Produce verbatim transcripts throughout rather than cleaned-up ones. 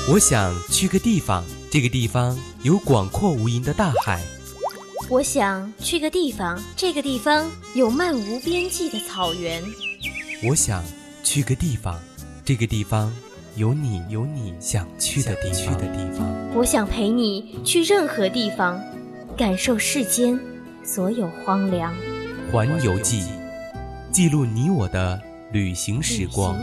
我想去个地方，这个地方有广阔无垠的大海。 我想去个地方，这个地方有漫无边际的草原。 我想去个地方，这个地方有你有你想去的地方。 我想陪你去任何地方，感受世间所有荒凉。 环游记，记录你我的旅行时光。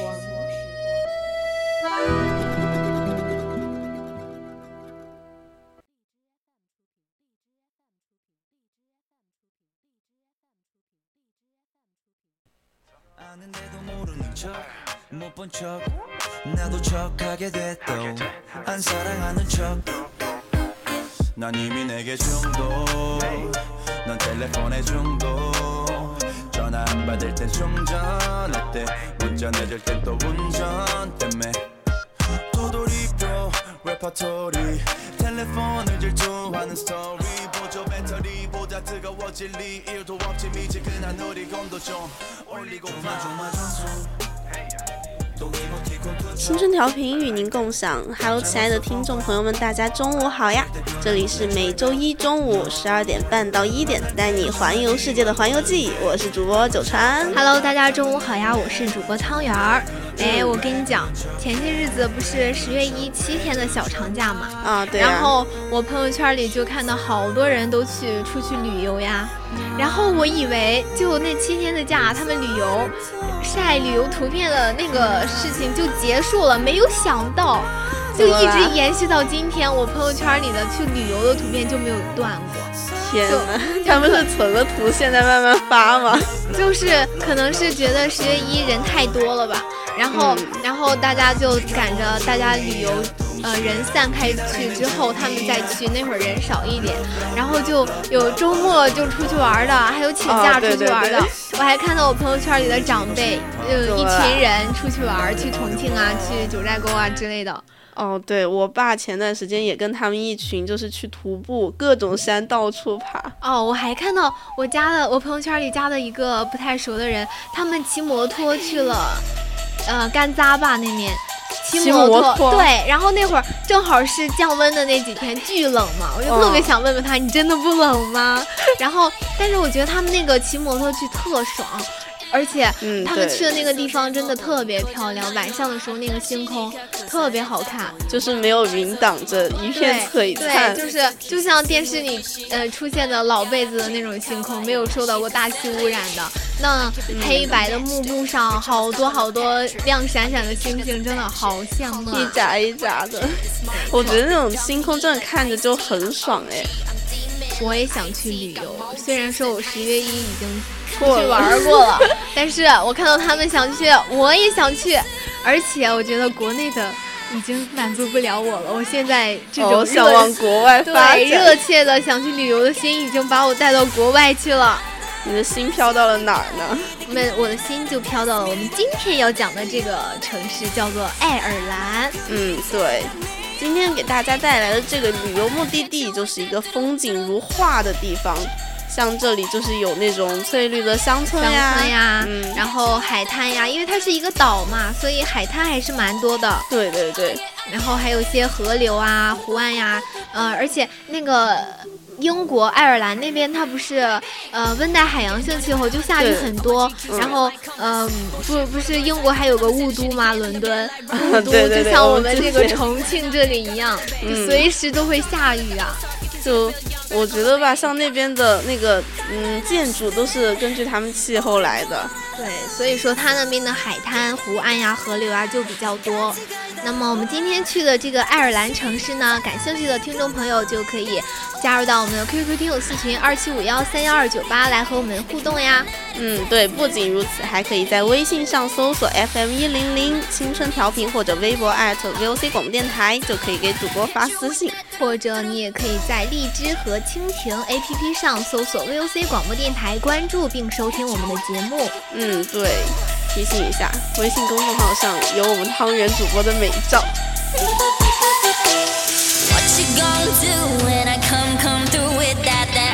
青春调频与您共享 Hello 亲爱的听众朋友们，大家中午好呀，这里是每周一中午十二点半到一点带你环游世界的环游记，我是主播九川。 Hello 大家中午好呀，我是主播汤圆儿。哎，我跟你讲，前些日子不是十月一七天的小长假嘛？ 啊，对啊。 然后我朋友圈里就看到好多人都去出去旅游呀。然后我以为就那七天的假，他们旅游晒旅游图片的那个事情就结束了，没有想到就一直延续到今天，我朋友圈里的去旅游的图片就没有断过。 天哪，他们是存了图现在慢慢发吗？ 就是可能是觉得十月一人太多了吧，然后、嗯、然后大家就赶着大家旅游，呃，人散开去之后，他们再去，那会儿人少一点，然后就有周末就出去玩的，还有请假出去玩的。哦、对对对，我还看到我朋友圈里的长辈，呃，一群人出去玩，去重庆啊，去九寨沟啊之类的。 哦，对，我爸前段时间也跟他们一群，就是去徒步，各种山到处爬。 哦，我还看到我加的，我朋友圈里加的一个不太熟的人，他们骑摩托去了，呃，甘扎吧那边。骑摩托，摩托对，然后那会儿正好是降温的那几天，巨冷嘛，我就特别想问问他，哦、你真的不冷吗？然后，但是我觉得他们那个骑摩托去特爽。而且他们去的那个地方真的特别漂亮、嗯、晚上的时候那个星空特别好看， 就是没有云挡着，一片璀璨。 对，就是就像电视里呃出现的老辈子的那种星空，没有受到过大气污染的。那黑白的幕布上好多好多亮闪闪的星星，真的好羡慕、啊， 一眨一眨的。我觉得那种星空真的看着就很爽哎。 我也想去旅游，虽然说我十月一已经出去玩过了，但是我看到他们想去，我也想去，而且我觉得国内的已经满足不了我了，我现在这种想往国外发展， 对热切的想去旅游的心已经把我带到国外去了。 你的心飘到了哪儿呢？ 那我的心就飘到了我们今天要讲的这个城市，叫做爱尔兰。 嗯，对。今天给大家带来的这个旅游目的地就是一个风景如画的地方，像这里就是有那种翠绿的乡村呀， 乡村呀、嗯，然后海滩呀，因为它是一个岛嘛，所以海滩还是蛮多的。 对对对， 然后还有一些河流啊、湖岸呀，呃，而且那个英国爱尔兰那边它不是呃温带海洋性气候，就下雨很多，然后嗯、呃、不不是英国还有个雾都吗？伦敦雾都就像我们这个重庆这里一样，就随时都会下雨啊。 就我觉得吧，像那边的那个嗯建筑都是根据他们气候来的。 对，所以说它那边的海滩、湖岸呀、河流啊就比较多。那么我们今天去的这个爱尔兰城市呢，感兴趣的听众朋友就可以加入到我们的 Q Q 听友四群二七五幺三幺二九八来和我们互动呀。 嗯，对，不仅如此，还可以在微信上搜索 F M 一零零青春调频，或者微博 at V O C 广播电台，就可以给主播发私信， 或者你也可以在荔枝和蜻蜓 A P P 上搜索 V O C 广播电台，关注并收听我们的节目。 嗯，对，提醒一下，微信公众号上有我们汤圆主播的美照。What you gonna do when I come come through with that that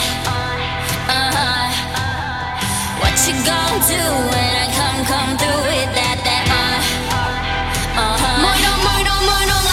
uh uh What you gonna do when I come come through with that that uh uh More no more no more no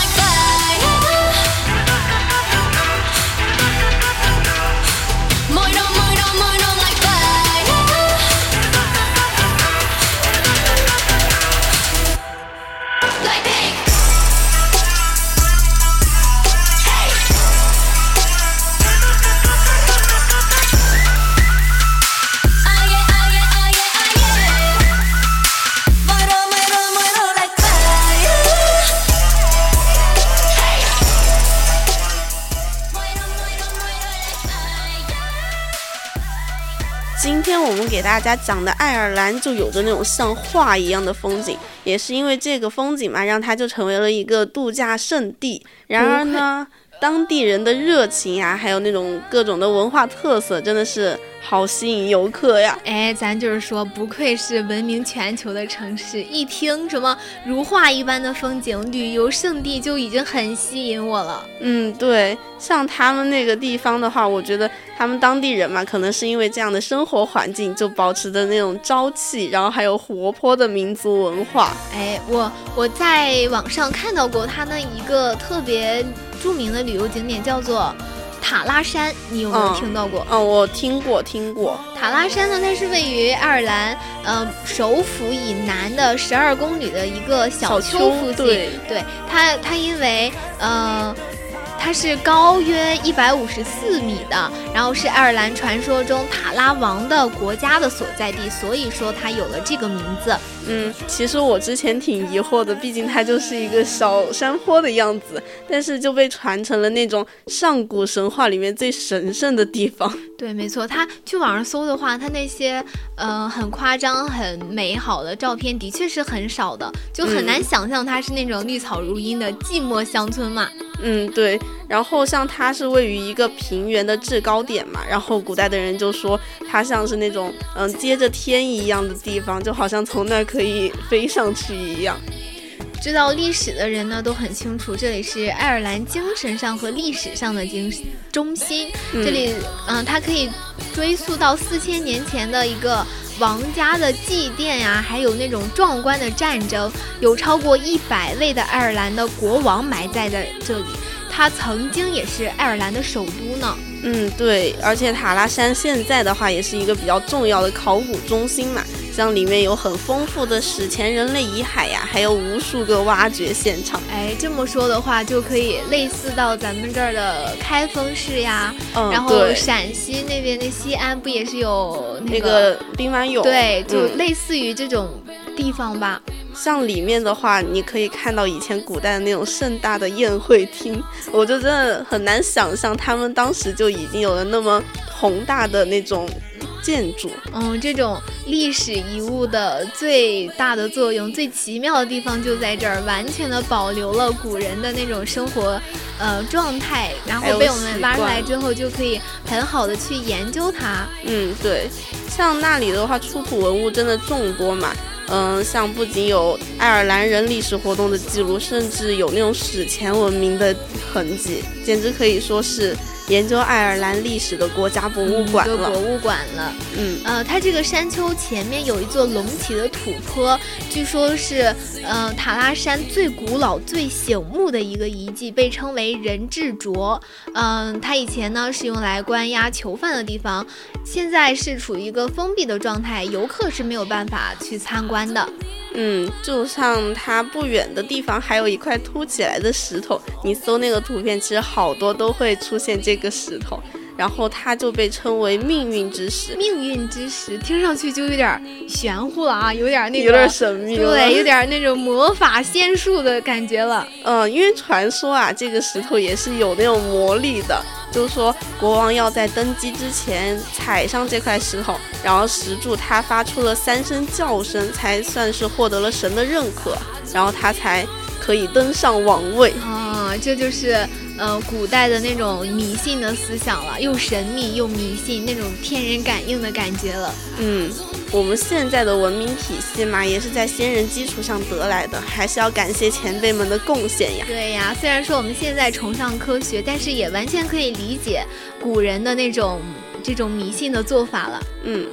天我们给大家讲的爱尔兰就有着那种像画一样的风景，也是因为这个风景嘛，让它就成为了一个度假胜地。然而呢，当地人的热情啊，还有那种各种的文化特色，真的是好吸引游客呀！ 哎，咱就是说，不愧是闻名全球的城市，一听什么如画一般的风景，旅游胜地就已经很吸引我了。 嗯，对，像他们那个地方的话，我觉得他们当地人嘛，可能是因为这样的生活环境，就保持着那种朝气，然后还有活泼的民族文化。 哎，我我在网上看到过他那一个特别著名的旅游景点，叫做塔拉山，你有没有听到过？ 嗯，嗯我听过，听过。 塔拉山呢，它是位于爱尔兰呃首府以南的十二公里的一个小丘附近。 对， 对它，它因为呃。它是高约一百五十四米的，然后是爱尔兰传说中塔拉王的国家的所在地，所以说它有了这个名字。 嗯，其实我之前挺疑惑的，毕竟它就是一个小山坡的样子，但是就被传成了那种上古神话里面最神圣的地方。 对，没错，它去网上搜的话，它那些呃很夸张、很美好的照片的确是很少的，就很难想象它是那种绿草如茵的寂寞乡村嘛。 嗯，对。然后像它是位于一个平原的制高点嘛，然后古代的人就说它像是那种嗯接着天一样的地方，就好像从那儿可以飞上去一样。 知道历史的人呢都很清楚，这里是爱尔兰精神上和历史上的精中心。 嗯、 这里嗯、呃，它可以追溯到四千年前的一个王家的祭奠呀、啊，还有那种壮观的战争，有超过一百位的爱尔兰的国王埋在在这里。它曾经也是爱尔兰的首都呢。 嗯，对，而且塔拉山现在的话也是一个比较重要的考古中心嘛，像里面有很丰富的史前人类遗骸呀，还有无数个挖掘现场。 哎，这么说的话，就可以类似到咱们这儿的开封市呀， 嗯， 然后陕西那边的西安不也是有那个、 那个兵马俑？ 对，就类似于这种地方吧。 嗯像里面的话，你可以看到以前古代的那种盛大的宴会厅，我就真的很难想象他们当时就已经有了那么宏大的那种建筑。 嗯，这种历史遗物的最大的作用、最奇妙的地方就在这儿，完全的保留了古人的那种生活呃状态，然后被我们挖出来之后，就可以很好的去研究它。 嗯，对，像那里的话，出土文物真的众多嘛。嗯，像不仅有爱尔兰人历史活动的记录，甚至有那种史前文明的痕迹，简直可以说是研究爱尔兰历史的国家博物馆了。 嗯、博物馆了。 嗯， 呃，它这个山丘前面有一座隆起的土坡，据说是呃塔拉山最古老、最醒目的一个遗迹，被称为人质棹。嗯、呃，它以前呢是用来关押囚犯的地方，现在是处于一个封闭的状态，游客是没有办法去参观的。 嗯，就像它不远的地方还有一块凸起来的石头，你搜那个图片，其实好多都会出现这个石头，然后它就被称为命运之石。 命运之石听上去就有点玄乎了啊，有点那个有点神秘了， 对，有点那种魔法仙术的感觉了。 嗯，因为传说啊，这个石头也是有那种魔力的，就是说国王要在登基之前踩上这块石头，然后石柱它发出了三声叫声，才算是获得了神的认可，然后他才可以登上王位啊。这就是呃古代的那种迷信的思想了，又神秘又迷信，那种天人感应的感觉了。 嗯，我们现在的文明体系嘛，也是在先人基础上得来的，还是要感谢前辈们的贡献呀。 对呀，虽然说我们现在崇尚科学，但是也完全可以理解古人的那种这种迷信的做法了。 嗯。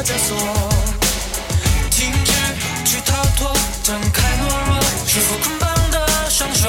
枷锁，停止去逃脱，张开懦弱，束缚捆绑的双手。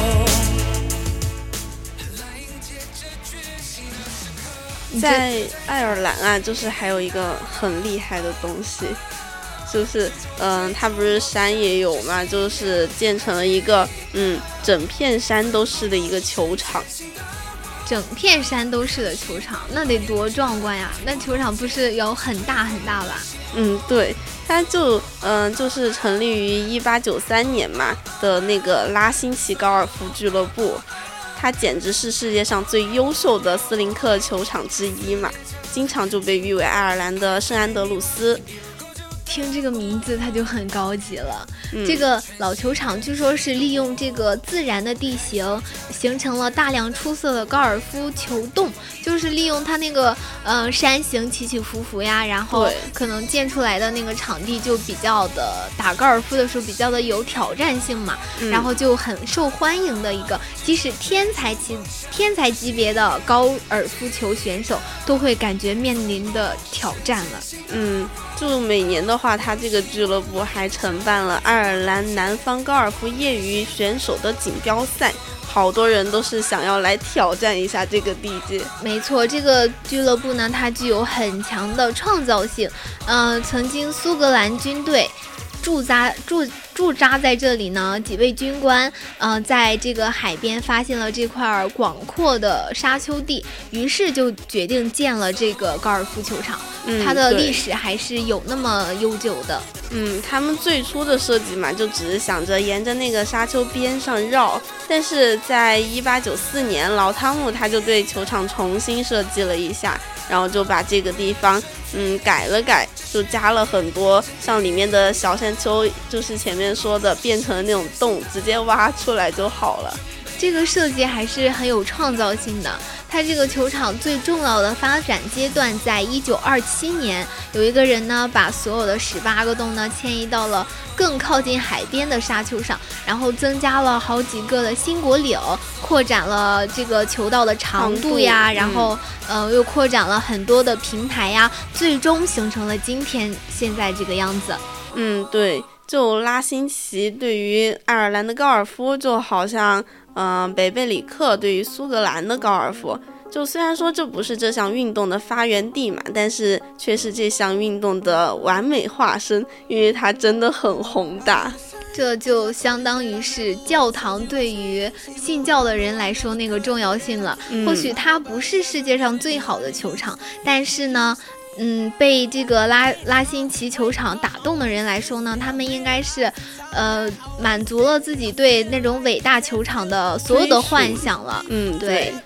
在爱尔兰啊，就是还有一个很厉害的东西，就是嗯，它不是山也有嘛，就是建成了一个嗯，整片山都是的一个球场。 整片山都是的球场，那得多壮观呀！那球场不是有很大很大吧？ 嗯，对，它就嗯、呃，就是成立于一八九三年嘛的那个拉辛奇高尔夫俱乐部，它简直是世界上最优秀的斯林克球场之一嘛，经常就被誉为爱尔兰的圣安德鲁斯。 听这个名字它就很高级了、 嗯、 这个老球场据说是利用这个自然的地形形成了大量出色的高尔夫球洞，就是利用它那个呃山形起起伏伏呀，然后可能建出来的那个场地就比较的打高尔夫的时候比较的有挑战性嘛、嗯、然后就很受欢迎的一个，即使天才级天才级别的高尔夫球选手都会感觉面临的挑战了。 嗯，就每年的话，他这个俱乐部还承办了爱尔兰南方高尔夫业余选手的锦标赛，好多人都是想要来挑战一下这个地界。 没错，这个俱乐部呢，它具有很强的创造性。呃，曾经苏格兰军队驻扎驻驻扎在这里呢，几位军官呃，在这个海边发现了这块广阔的沙丘地，于是就决定建了这个高尔夫球场。 嗯、 它的历史还是有那么悠久的。 嗯，他们最初的设计嘛，就只是想着沿着那个沙丘边上绕，但是在一八九四年，老汤姆他就对球场重新设计了一下，然后就把这个地方嗯改了改，就加了很多像里面的小山丘，就是前面说的变成了那种洞，直接挖出来就好了。 这个设计还是很有创造性的。它这个球场最重要的发展阶段在一九二七年，有一个人呢把所有的十八个洞呢迁移到了更靠近海边的沙丘上，然后增加了好几个的新果岭，扩展了这个球道的长度呀， 长度然后、嗯、呃又扩展了很多的平台呀，最终形成了今天现在这个样子。 嗯，对，就拉辛奇对于爱尔兰的高尔夫就好像嗯、呃，北贝里克对于苏格兰的高尔夫，就虽然说这不是这项运动的发源地嘛，但是却是这项运动的完美化身，因为它真的很宏大。 这就相当于是教堂对于信教的人来说那个重要性了、嗯、或许它不是世界上最好的球场，但是呢嗯，被这个拉拉辛奇球场打动的人来说呢，他们应该是呃满足了自己对那种伟大球场的所有的幻想了。 嗯，对。 对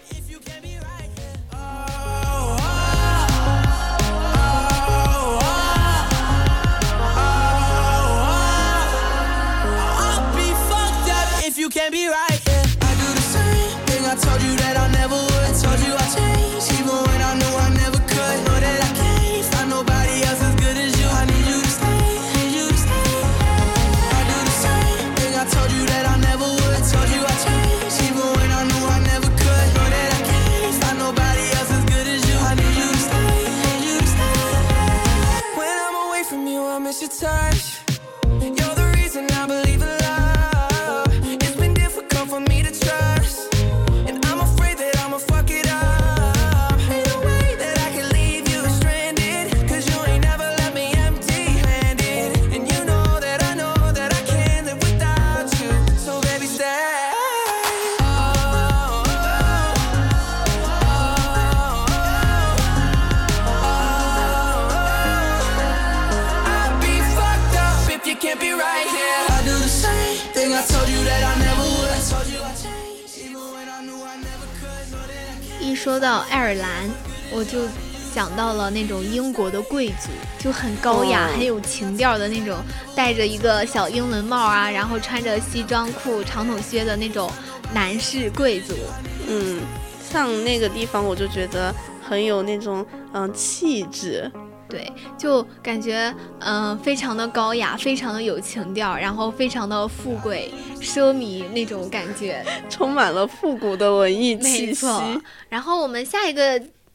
一说到爱尔兰，我就想到了那种英国的贵族，就很高雅、哦、很有情调的那种，戴着一个小英伦帽啊，然后穿着西装裤长筒靴的那种男士贵族。 嗯，像那个地方我就觉得很有那种嗯气质。 对，就感觉嗯、呃、非常的高雅，非常的有情调，然后非常的富贵奢靡那种感觉， 充满了复古的文艺气息。 没错。然后我们下一个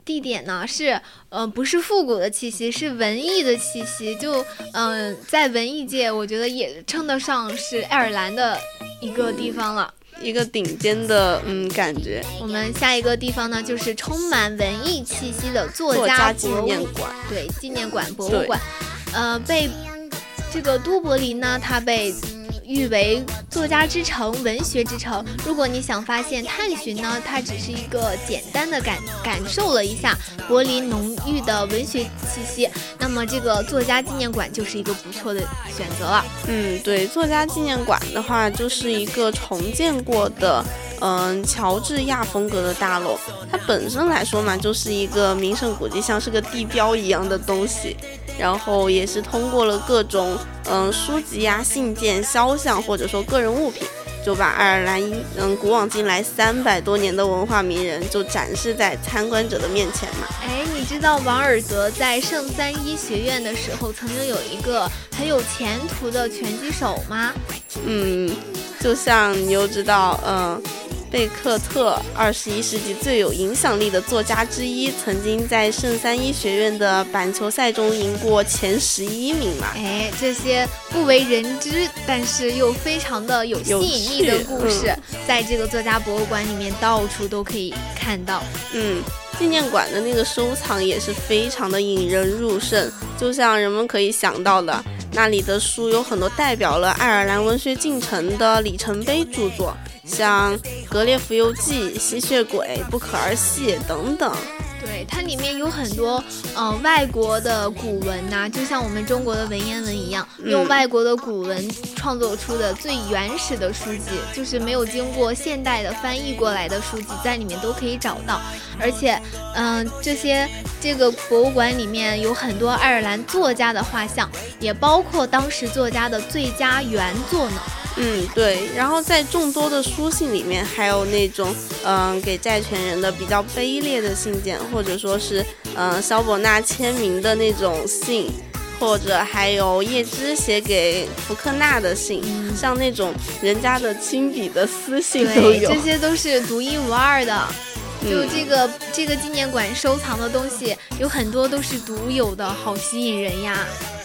地点呢是，呃，不是复古的气息，是文艺的气息。就，嗯、呃，在文艺界，我觉得也称得上是爱尔兰的一个地方了， 一个顶尖的嗯感觉。 我们下一个地方呢，就是充满文艺气息的作家纪念馆， 对，纪念馆博物馆，呃，被这个都柏林呢，它被誉为作家之城、文学之城。如果你想发现探寻呢，它只是一个简单的感感受了一下柏林浓郁的文学气息，那么这个作家纪念馆就是一个不错的选择了。 嗯，对，作家纪念馆的话，就是一个重建过的嗯乔治亚风格的大楼。它本身来说嘛，就是一个名胜古迹，像是个地标一样的东西。然后也是通过了各种嗯书籍呀、信件、肖像或者说个人物品，就把爱尔兰嗯古往今来三百多年的文化名人就展示在参观者的面前嘛。 哎，你知道王尔德在圣三一学院的时候，曾经有一个很有前途的拳击手吗？ 嗯，就像你又知道，嗯。贝克特，二十一世纪最有影响力的作家之一，曾经在圣三一学院的板球赛中赢过前十一名嘛。 哎，这些不为人知，但是又非常的有吸引力的故事，嗯、在这个作家博物馆里面到处都可以看到。 嗯，纪念馆的那个收藏也是非常的引人入胜，就像人们可以想到的，那里的书有很多代表了爱尔兰文学进程的里程碑著作。像《格列佛游记》、《吸血鬼》、《不可儿戏》等等。 对，它里面有很多呃外国的古文呐、啊，就像我们中国的文言文一样，用外国的古文创作出的最原始的书籍，就是没有经过现代的翻译过来的书籍，在里面都可以找到。而且，嗯、呃，这些这个博物馆里面有很多爱尔兰作家的画像，也包括当时作家的最佳原作呢。 嗯，对，然后在众多的书信里面，还有那种嗯、呃、给债权人的比较卑劣的信件，或者说是嗯、呃、萧伯纳签名的那种信，或者还有叶芝写给福克纳的信，嗯、像那种人家的亲笔的私信都有， 这些都是独一无二的。就这个、嗯、这个纪念馆收藏的东西有很多都是独有的，好吸引人呀。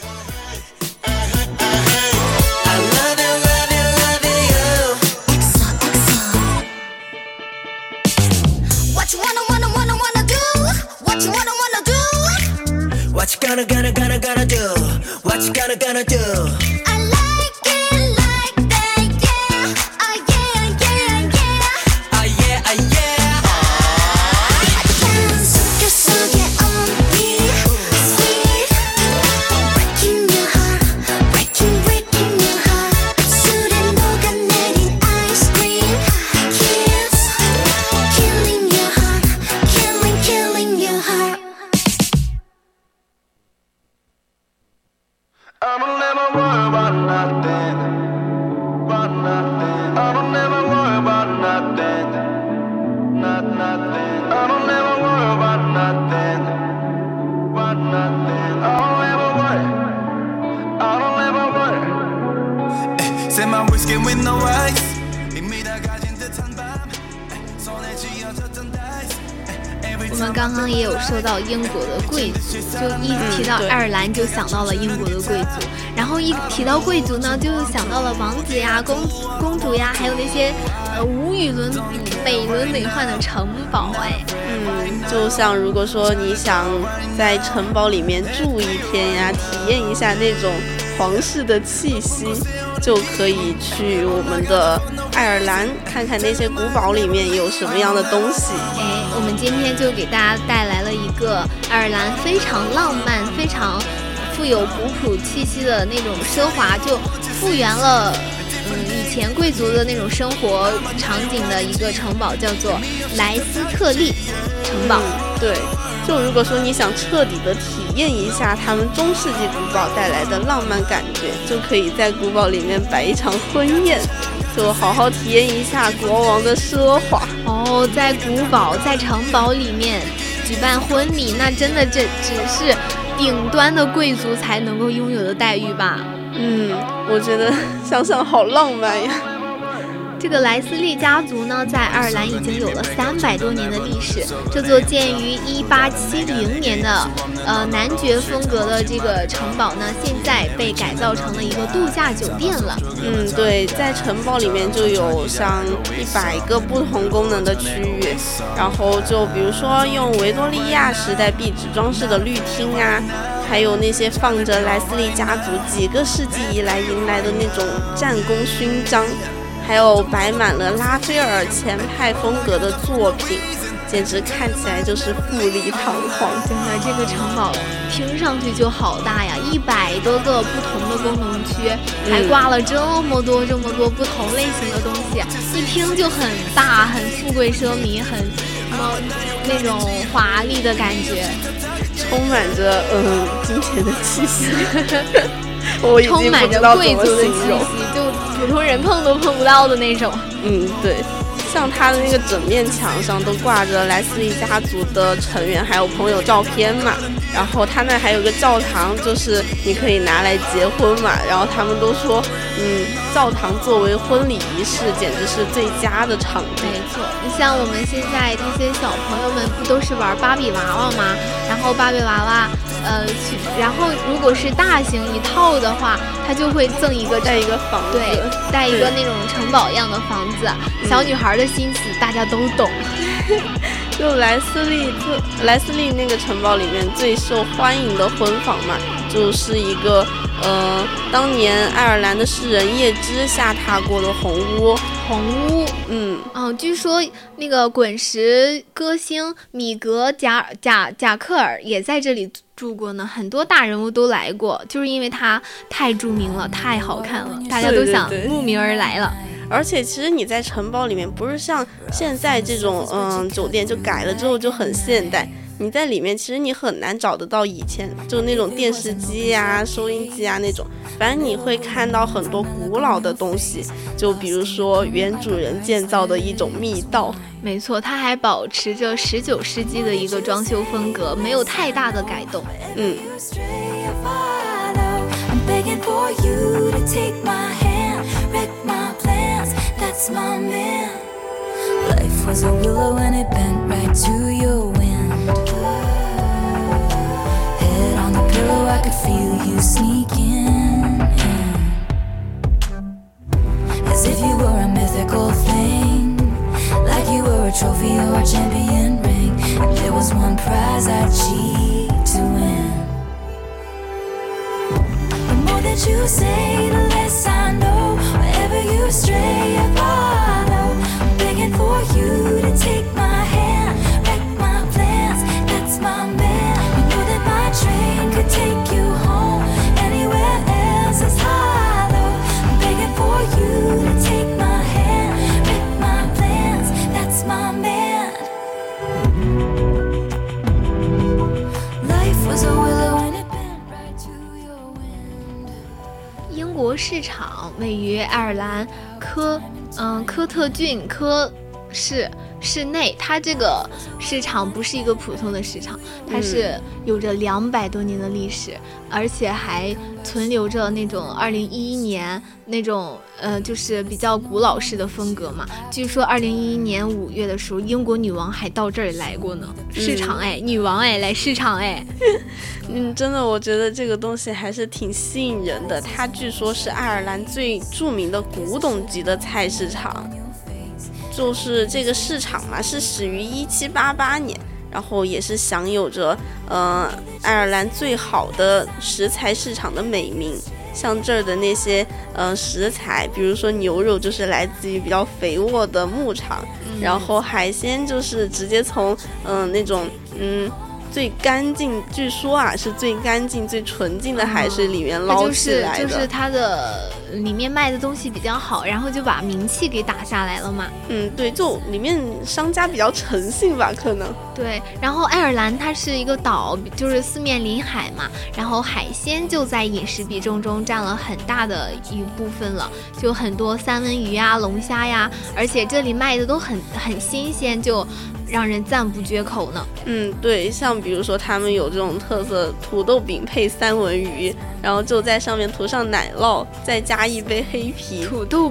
What you gonna gonna gonna gonna do? What you gonna gonna do? I like it like that, yeah. Oh yeah, yeah, yeah. Oh yeah, oh yeah. Down, 속에 속에 on me, sweet. Breaking your heart, breaking, breaking your heart. 술에 녹아내린 ice cream kiss, killing your heart, killing, killing your heart. I don't never worry about nothing, about nothing. I don't never worry about nothing, not nothing. I don't never worry about nothing, about nothing. I don't ever worry, I don't ever worry. Say my whiskey with no ice. 이미 다 가진 듯한 밤. 손에 쥐어졌던 dice. 我们刚刚也有说到英国的贵族，就一提到爱尔兰就想到了英国的贵族，然后一提到贵族呢，就想到了王子呀、公公主呀，还有那些呃无与伦比、美轮美奂的城堡。哎， 嗯，就像如果说你想在城堡里面住一天呀，体验一下那种皇室的气息，就可以去我们的爱尔兰看看那些古堡里面有什么样的东西。 哎，我们今天就给大家带来了一个爱尔兰非常浪漫、非常富有古朴气息的那种奢华，就复原了嗯以前贵族的那种生活场景的一个城堡，叫做莱斯特利城堡。 嗯、对。就如果说你想彻底的体验一下他们中世纪古堡带来的浪漫感觉，就可以在古堡里面摆一场婚宴，就好好体验一下国王的奢华。 哦，在古堡在城堡里面举办婚礼，那真的这只是顶端的贵族才能够拥有的待遇吧。 嗯，我觉得想想好浪漫呀。 这个莱斯利家族呢，在爱尔兰已经有了三百多年的历史。这座建于一八七零年的呃男爵风格的这个城堡呢，现在被改造成了一个度假酒店了。 嗯，对，在城堡里面就有像一百个不同功能的区域，然后就比如说用维多利亚时代壁纸装饰的绿厅啊，还有那些放着莱斯利家族几个世纪以来迎来的那种战功勋章，还有摆满了拉斐尔前派风格的作品，简直看起来就是富丽堂皇。 真的，这个城堡听上去就好大呀，一百多个不同的功能区，还挂了这么多这么多不同类型的东西，一听就很大，很富贵奢靡，很什么那种华丽的感觉， 充满着嗯金钱的气息。我已经不充满着知道怎么贵族的气形容， 息，就普通人碰都碰不到的那种。 嗯，对。像它的那个整面墙上都挂着莱斯利家族的成员还有朋友照片嘛，然后他那还有个教堂，就是你可以拿来结婚嘛，然后他们都说嗯，教堂作为婚礼仪式简直是最佳的场地。 没错，你像我们现在这些小朋友们不都是玩芭比娃娃吗？然后芭比娃娃呃去，然后如果是大型一套的话，它就会赠一个带一个房子， 对，带一个那种城堡一样的房子，小女孩的心思大家都懂。 就莱斯利特莱斯利那个城堡里面最受欢迎的婚房嘛，就是一个呃当年爱尔兰的诗人叶芝下榻过的红屋。 红屋， 嗯嗯，据说那个滚石歌星米格贾贾贾克尔也在这里住过呢，很多大人物都来过，就是因为他太著名了，太好看了，大家都想慕名而来了。 而且其实你在城堡里面不是像现在这种嗯酒店就改了之后就很现代，你在里面其实你很难找得到以前就那种电视机呀、收音机啊那种，反正你会看到很多古老的东西，就比如说原主人建造的一种密道。 没错，它还保持着十九世纪的一个装修风格，没有太大的改动。 嗯。 That's my man. Life was a willow and it bent right to your wind. Head on the pillow, I could feel you sneaking in, as if you were a mythical thing, like you were a trophy or a champion ring, and there was one prize I'd cheat to win. The more that you say, the less I know. Wherever you stray, I follow. I'm begging for you to take my hand, wreck my plans. That's my man. You know that my train could take you home. Anywhere else is hollow. I'm begging for you to take my hand, wreck my plans. That's my man. Life was a willow and it bent right to your wind. 英国市场位于爱尔兰科嗯科特郡科市市内，它这个市场不是一个普通的市场，它是有着两百多年的历史，而且还存留着那种二零一一年那种呃就是比较古老式的风格嘛。据说二零一一年五月的时候，英国女王还到这儿来过呢。市场哎，女王哎，来市场哎。 嗯，真的，我觉得这个东西还是挺吸引人的。它据说是爱尔兰最著名的古董级的菜市场。就是这个市场嘛，是始于一七八八年，然后也是享有着呃爱尔兰最好的食材市场的美名。像这儿的那些呃食材，比如说牛肉就是来自于比较肥沃的牧场，嗯、然后海鲜就是直接从嗯、呃、那种嗯。最干净，据说啊是最干净、最纯净的海水里面捞起来的， 嗯、就是就是它的里面卖的东西比较好，然后就把名气给打下来了嘛。 嗯，对，就里面商家比较诚信吧，可能。 对，然后爱尔兰它是一个岛，就是四面临海嘛，然后海鲜就在饮食比重中占了很大的一部分了，就很多三文鱼呀、龙虾呀，而且这里卖的都很很新鲜，就让人赞不绝口呢。 嗯，对，像比如说他们有这种特色土豆饼配三文鱼，然后就在上面涂上奶酪，再加一杯黑啤。 土豆饼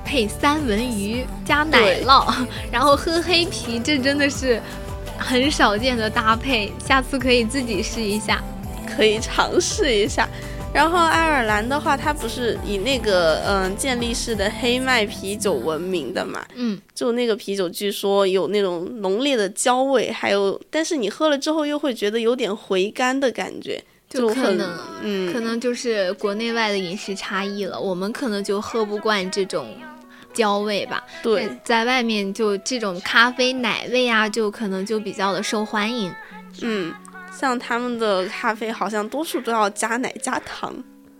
配三文鱼加奶酪，然后喝黑啤，这真的是很少见的搭配，下次可以自己试一下， 可以尝试一下。然后爱尔兰的话，它不是以那个嗯健力士的黑麦啤酒闻名的嘛？ 嗯， 就那个啤酒据说有那种浓烈的焦味，还有但是你喝了之后又会觉得有点回甘的感觉， 就可能嗯可能就是国内外的饮食差异了，我们可能就喝不惯这种焦味吧。 对， 在外面就这种咖啡奶味啊，就可能就比较的受欢迎。 嗯。像他们的咖啡好像多数都要加奶加糖。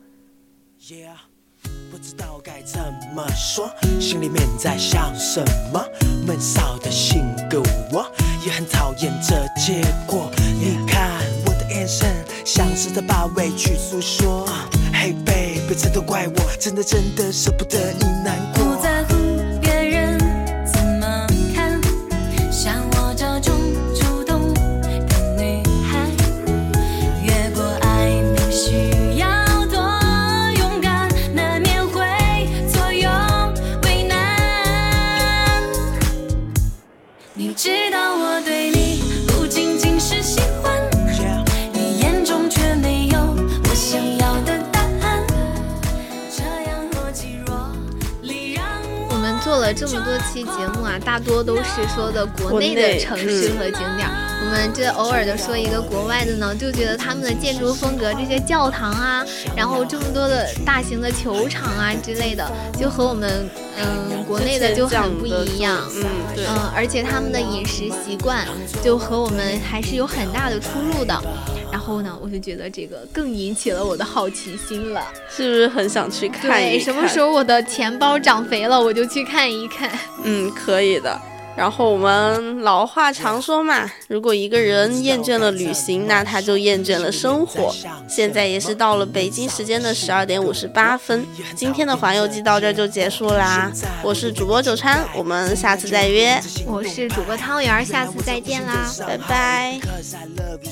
Yeah, 不知道该怎么说，心里面在想什么，闷骚的性格我也很讨厌这结果。你看我的眼神像是在把委屈诉说。Hey baby， 这都怪我，真的真的舍不得你难过。 不在乎别人怎么看，像我这种主动的女孩，越过爱你需要多勇敢，难免会左右为难。你知道我对你不仅仅是喜欢，你眼中却没有我想要的答案，这样若即若离让我。 我们做了这么多期节目啊，大多都是说的国内的城市和景点，我们这偶尔的说一个国外的呢，就觉得他们的建筑风格，这些教堂啊，然后这么多的大型的球场啊之类的，就和我们嗯国内的就很不一样。 嗯，对， 嗯，而且他们的饮食习惯就和我们还是有很大的出入的。然后呢，我就觉得这个更引起了我的好奇心了， 是不是很想去看一看？ 对，什么时候我的钱包长肥了，我就去看一看。 嗯，可以的。然后我们老话常说嘛，如果一个人厌倦了旅行，那他就厌倦了生活。现在也是到了北京时间的十二点五十八分，今天的环游记到这就结束啦。我是主播九川，我们下次再约。 我是主播汤圆，下次再见啦， 拜拜。